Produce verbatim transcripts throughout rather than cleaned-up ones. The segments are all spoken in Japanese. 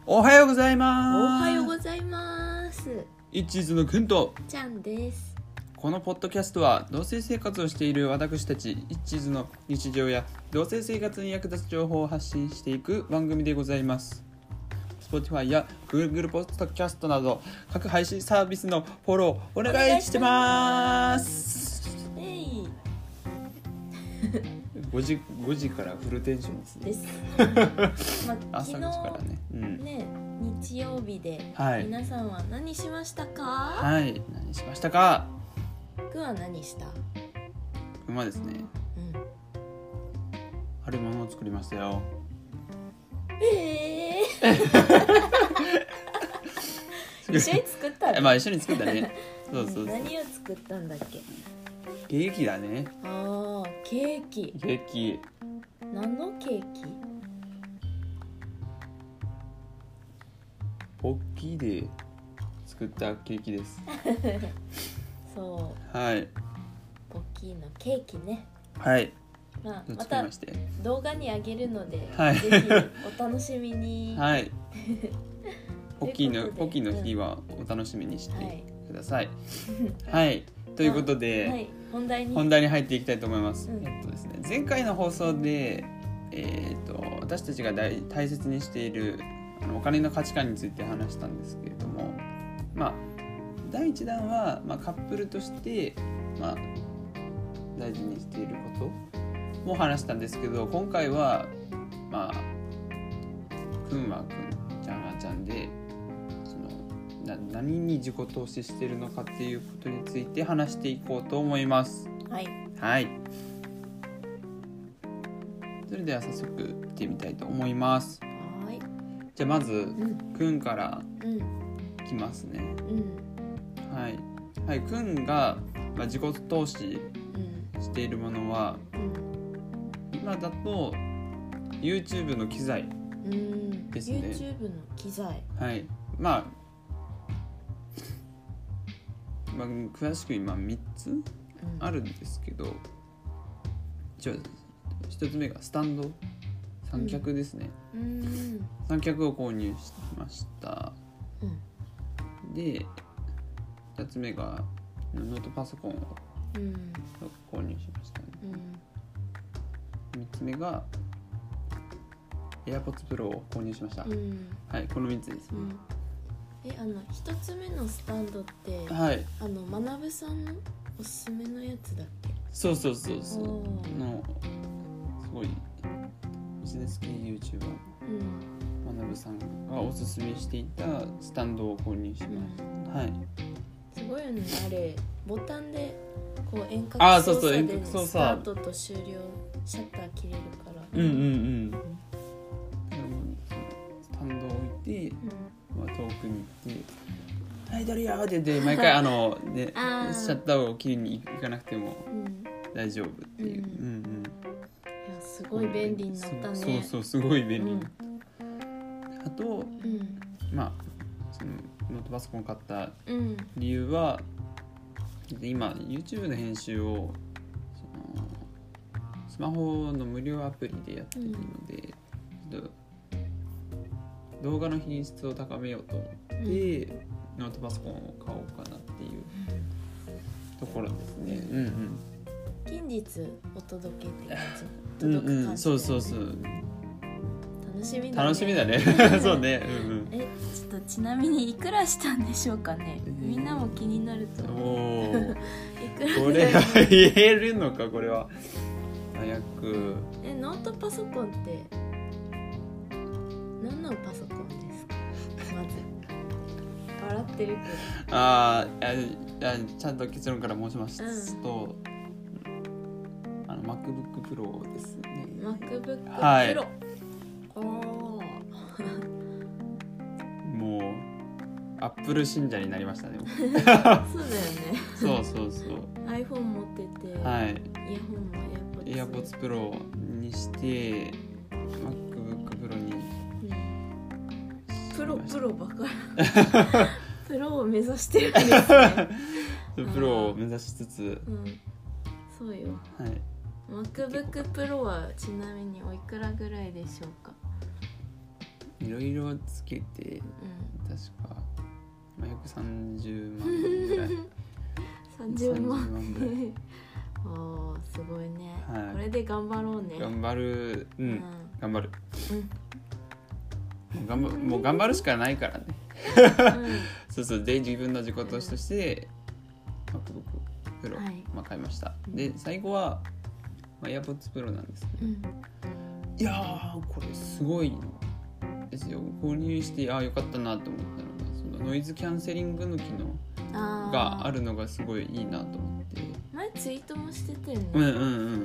おはようございます。 おはようございます。 一途のくんとちゃんです。 このポッドキャストは同性生活をしている私たち一途の日常や同性生活に役立つ情報を発信していく番組でございます。 Spotify や Google ポッドキャストなど各配信サービスのフォローお願いしてます。 えい 5時、ごじからフルテンションですね。 ですまあ、 朝昨ごじからね、うん、 ね日曜日で、 はい、 皆さんは何しましたか？ はい、何しましたか？ くんは何した？ くんはですね、 うん、 あるものを作りましたよ。 えー、一緒に作ったの？ まあ一緒に作ったね。そうそうそう。 何を作ったんだっけ？ ケーキだね。 ああ、ケーキ。 ケーキ。 何のケーキ？ ポッキーで作ったケーキです。 そう。 はい。 ポッキーのケーキね。 はい。 まあ、また動画にあげるので、 はい、 ぜひお楽しみに。 はい。ポッキーのポッキーの日はお楽しみにしてください。はい。はい、ということで、 はい、本題に本題に入っていきたいと思います。 うん、 えっとですね、前回の放送で、えー、と私たちが大大切にしているあのお金の価値観について話したんですけれども、まあだいいちだんは、まあ、カップルとして、まあ、大事にしていることも話したんですけど、今回はまあくんはくん、ちゃんはちゃんで、そのな何に自己投資しているのかっていうことについて話していこうと思います。 はい、 はい、それでは早速行ってみたいと思います。 はい、 じゃあまず、 うん、 くんからいきますね。うん、はい、はい、くんが、まあ、自己投資しているものは、うん、今だと YouTube の機材ですね。 うん、YouTube の機材。 はい、まあ、まあ、詳しく今みっつあるんですけど、じゃあひとつめがスタンド、三脚ですね。うん、三脚を購入しました。うん、でふたつめがノートパソコンを購入しましたね。うん、みっつめが AirPods Pro を購入しました。うん、はい、このみっつですね。 うん、え、あのひとつめのスタンドって、はい、あのまなぶさんのおすすめのやつだっけ？ そうそうそうそう、のすごいビジネス系 YouTuber のまなぶさんがおすすめしていたスタンドを購入しました。うん、はい。 すごいよね、あれボタンでこう遠隔操作でスタートと終了シャッター切れるから。 うんうんうん。うん、スタンドを置いて、うん、まあ、遠くに行って、はいどれよって言って毎回あのねシャッターを切りに行かなくても大丈夫っていう。うんうんうん、 いやすごい便利になったね。 そうそうすごい便利になった。うん、あと、うん、まあそのノートパソコンを買った理由は、うん、今 YouTube の編集をそのスマホの無料アプリでやっているので、うん、動画の品質を高めようと思って、うん、ノートパソコンを買おうかなっていうところですね。うんうん、 近日お届けって感じ、届く感じだよね。うんうん、 そうそうそう。 楽しみだね。 楽しみだね。そうね。うんうん、 え、ちょっとちなみにいくらしたんでしょうかね。えー、みんなも気になると思う。いくらこれは言えるのか、これは。早く。 え、ノートパソコンって何のパソコンですか？まず。笑ってるけど。 ああ、ちゃんと結論から申しますと、うん、あの MacBook Pro ですね。 MacBook Pro。 はい。 おもうアップル信者になりましたね。 そうだよね。 そうそうそう。 iPhone 持ってて、 はい。 イヤホンも AirPods Pro にして MacBook Pro に、 うん、プロプロばかりプロを目指してるんですね。 プロを目指しつつ、うん、 そうよ。 はい。 MacBook Pro はちなみにおいくらぐらいでしょうか？ いろいろつけて、 うん、 確か、まあ、ひゃくさんじゅうまんぐらいさんじゅうまんぐらいおーすごいね、 はい、 これで頑張ろうね。 頑張る、うん、うん、頑張る、 うん、 もう頑張もう頑張るしかないからね、うん、そうそうで自分の自己投資として、うん、MacBook Pro、はい、まあ、買いました、うん、で最後は、まあ、AirPods Pro なんですけど、うん、いやーこれすごいですよ。購入してああよかったなと思ったのが、そのノイズキャンセリングの機能があるのがすごいいいなと思って。 前ツイートもしてたよね。 うんうんうん。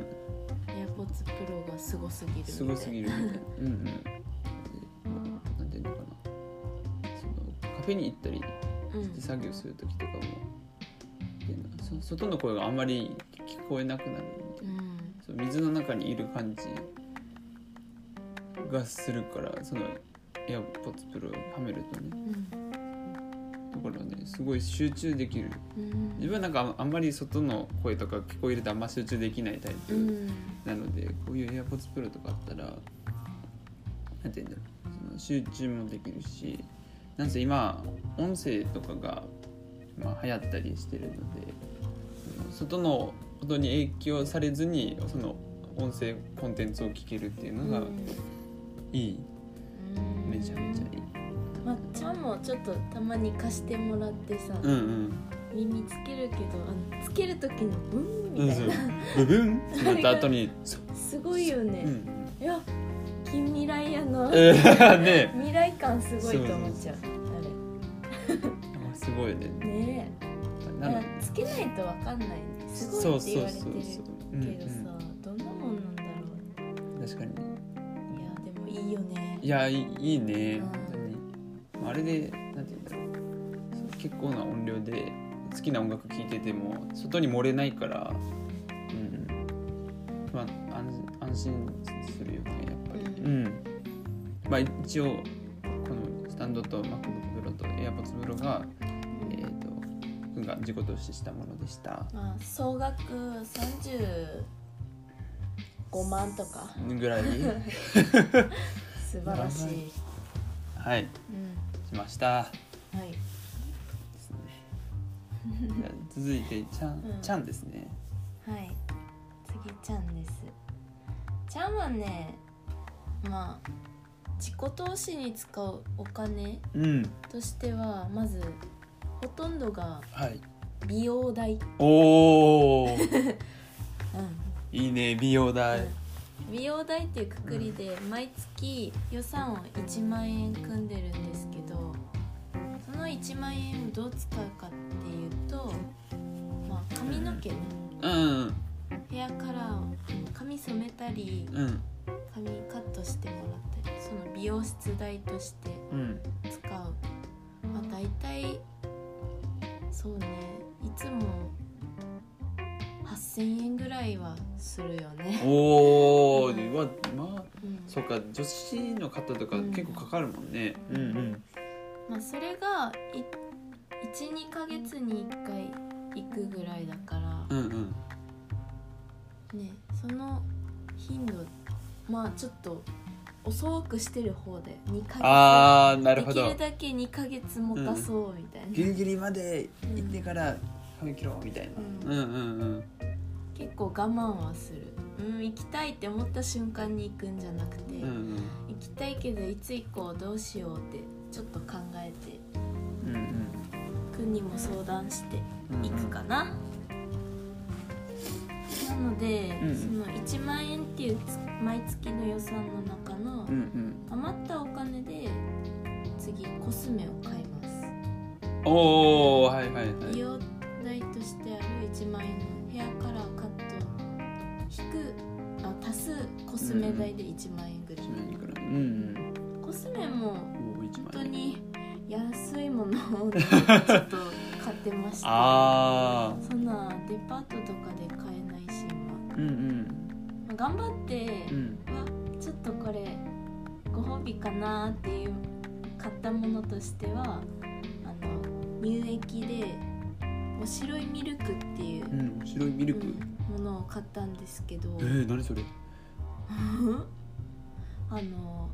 AirPods Pro がすごすぎるみたいな。 すごすぎるみたいな。うんうん。なんていうのかな。そのカフェに行ったりして作業するときとかも、うん、外の声があんまり聞こえなくなるみたいな、うん、そう水の中にいる感じがするから、その AirPods Pro をはめるとね。うんだからねすごい集中できる、うん、自分はなんかあんまり外の声とか聞こえるとあんま集中できないタイプなので、うん、こういう AirPods Pro とかあったらなんていうんだろう、その集中もできるし、なんせ今音声とかが、まあ、流行ったりしてるので、外の音に影響されずにその音声コンテンツを聞けるっていうのがいい、うん、めちゃめちゃいい。 まっちゃんもちょっとたまに貸してもらってさ、 うんうん、 耳つけるけどあのつける時のブンみたいな、 ブブンってなった後にすごいよね、うん、いや近未来やな、 えーね、 未来感すごいと思っちゃう。 あれすごいね。 ねえなんつけないと分かんないね。すごいって言われてるけどさ、どんなもんなんだろう。 確かに。 いやでもいいよね。 いやいい、いいね、うん、あれでなんて言うんだろう、結構な音量で好きな音楽聴いてても外に漏れないから、うん、まあ 安, 安心するよねやっぱり、うんうん、まあ一応このスタンドと MacBook Pro と AirPods Pro が、えーと、君が自己投資したものでした。 まあ、総額さんじゅうごまんとかぐらい素晴らしい。 はい、うん、しました。はい。 ですね。続いてちゃん、うん、ちゃんですね。 はい。次ちゃんです。ちゃんはね、まあ自己投資に使うお金としては、うん、まずほとんどが美容代。はい、 おお。うん、いいね美容代。うん美容代っていうくくりで毎月予算をいちまんえん組んでるんですけど、そのいちまんえんをどう使うかっていうと、まあ、髪の毛ね、 うんうん、 ヘアカラーを髪染めたり、うん、髪カットしてもらったり、その美容室代として使う、うんまあ、大体そうねいつもはっせんえんぐらいはするよね。 おお、うん、まあ、うん、そうか女子の方とか結構かかるもんね。うん、うんうんまあ、それがいち、にかげつにいっかい行くぐらいだから、うんうんね、その頻度まあちょっと遅くしてる方でにかげつあーなるほどできるだけにかげつ持たそうみたいな、うん、 ギリギリまで行ってから髪切ろうみたいな、うん、うんうんうん結構我慢はする、うん、行きたいって思った瞬間に行くんじゃなくて、うんうん、行きたいけどいつ行こうどうしようってちょっと考えて、うんうん、君にも相談して行くかな、うんうん、なので、うんうん、そのいちまんえんっていう毎月の予算の中の余ったお金で次コスメを買います。 おーはいはいはい。 美容代としてあるいちまんえんのヘアカラーカット引くあ足すコスメ代でいちまんえんぐらい、うんうん、コスメも本当に安いものをちょっと買ってましたあそんなデパートとかで買えないし今、うんうんまあ、頑張って、うん、わちょっとこれご褒美かなっていう買ったものとしてはあの乳液でお白いミルクっていう、 うん、お白いミルク、 うん、ものを買ったんですけどえー、何それあのあ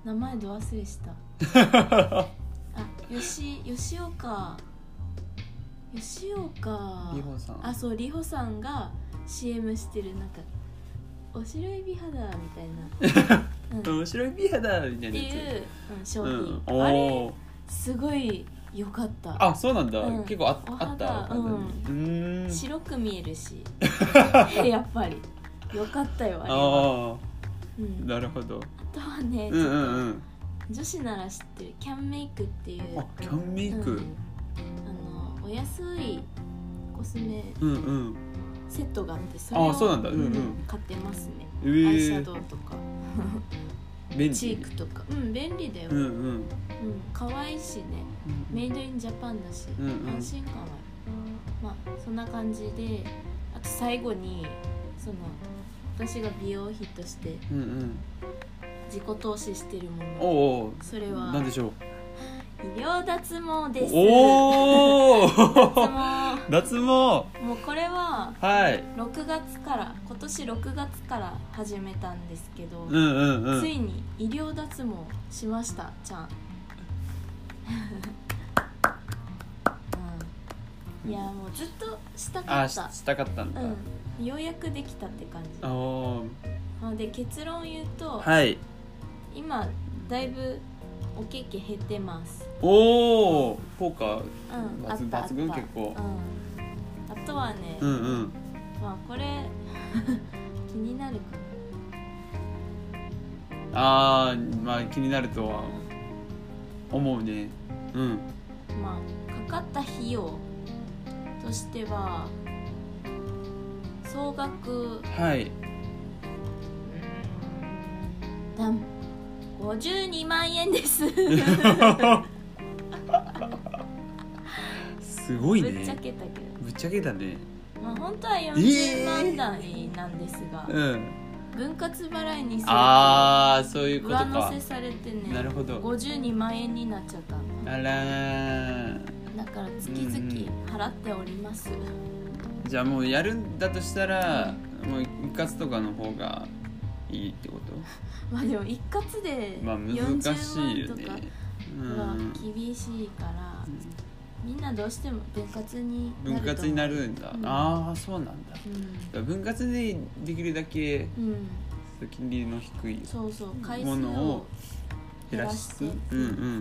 名前ど忘れしたあ、吉吉岡吉岡りほさん。 あ、そうりほさんが シーエム してるなんかお白い美肌みたいな、 うん、お白い美肌みたいなやつっていう、うん、商品、 うん、 あれすごい良かった。 あ、そうなんだ、うん、結構 あ, あった、 うん、うん白く見えるしやっぱり良かったよあれは。 あ、うん、なるほど。 あとはね、 うんうんうん、 女子なら知ってるキャンメイクっていう。 あ、キャンメイク、うん、 あのお安いコスメセットがあってそれを、 あ、そうなんだ、うんうん、 買ってますね、 えー、 アイシャドウとか便利、 チークとか、うん、便利だよ、 うんうんうん、 可愛いしね、うん、メイドインジャパンだし、うんうん、安心感はある。まあそんな感じで、あと最後にその私が美容費として自己投資してるもの、 うんうん、 それは何でしょう。 医療脱毛です。 おー脱毛。脱毛。 もうこれははいろくがつから今年ろくがつから始めたんですけど、 うんうんうん、 ついに医療脱毛しましたちゃん、うん、いやもうずっとしたかった。 あ、し、したかったんだ、 うん、ようやくできたって感じ。 あで結論言うと、 はい、 今だいぶおけけ減ってます。 おお、効果、 うん、 抜, 抜群結構、 うん、あとはね、 うんうん、 まあこれ気になるかな。ああ、まあ気になるとは思うね。うん。 まあかかった費用としては総額、 はい、 だんごじゅうにまんえんですすごいね。 ぶっちゃけたけど。 ぶっちゃけたね。 まあ本当はよんじゅうまん台なんですが、えー、うん、分割払いにするとあー、そういうことか、 上乗せされてね、 なるほど、ごじゅうにまんえんになっちゃったの。 あらー、 だから月々払っております、 うん、じゃあもうやるんだとしたら、うん、もう一括とかの方がいいってこと？ まあでも一括でよんじゅうまんとかは厳しいから、うん、みんなどうしても分割になると。 分割になるんだ、うん、ああ、そうなんだ、うん、分割でできるだけ、うん、金利の低いものを減らす、うんうん、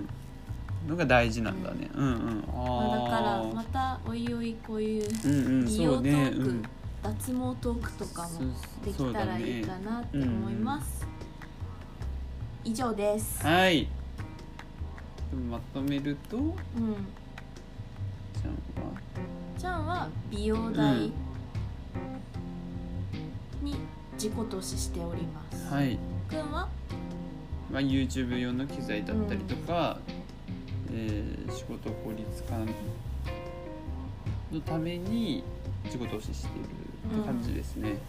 のが大事なんだね、うん、うんうん、あ、 まあ、だからまたおいおいこういう美容トーク、うんうん、ね、うん、脱毛トークとかもできたらいいかなって思います、ね、うん、以上です。 はい、まとめると、うん、ちゃんはちゃんは美容代に自己投資しております、 はい、 くんは、 まあ、YouTube 用の機材だったりとか、うん、えー、仕事効率化のために自己投資しているって感じですね、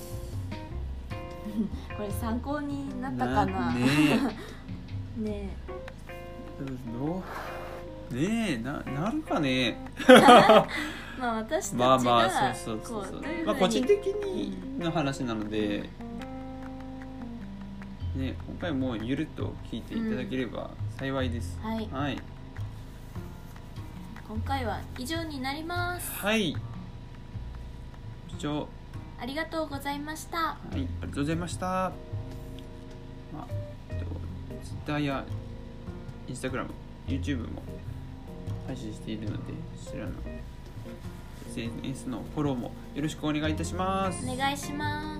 うん、これ参考になったかな。 ねえねえどうねえ な, なるかねまあ私たちがまあまあそうそうそうそう、まあ個人的にの話なので、ね、今回もゆるっと聞いていただければ幸いです、 うん、はい、 はい、 今回は以上になります。 はい、以上ありがとうございました。 はい、ありがとうございました。まあ、Twitter や Instagram、YouTube も配信しているので、そちらの エスエヌエス のフォローもよろしくお願いいたします。 お願いします。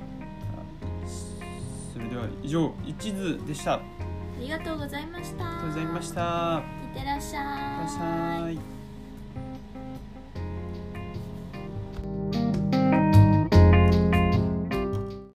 それでは以上、一途でした。ありがとうございました。 ありがとうございました。 いってらっしゃい。 いってらっしゃい。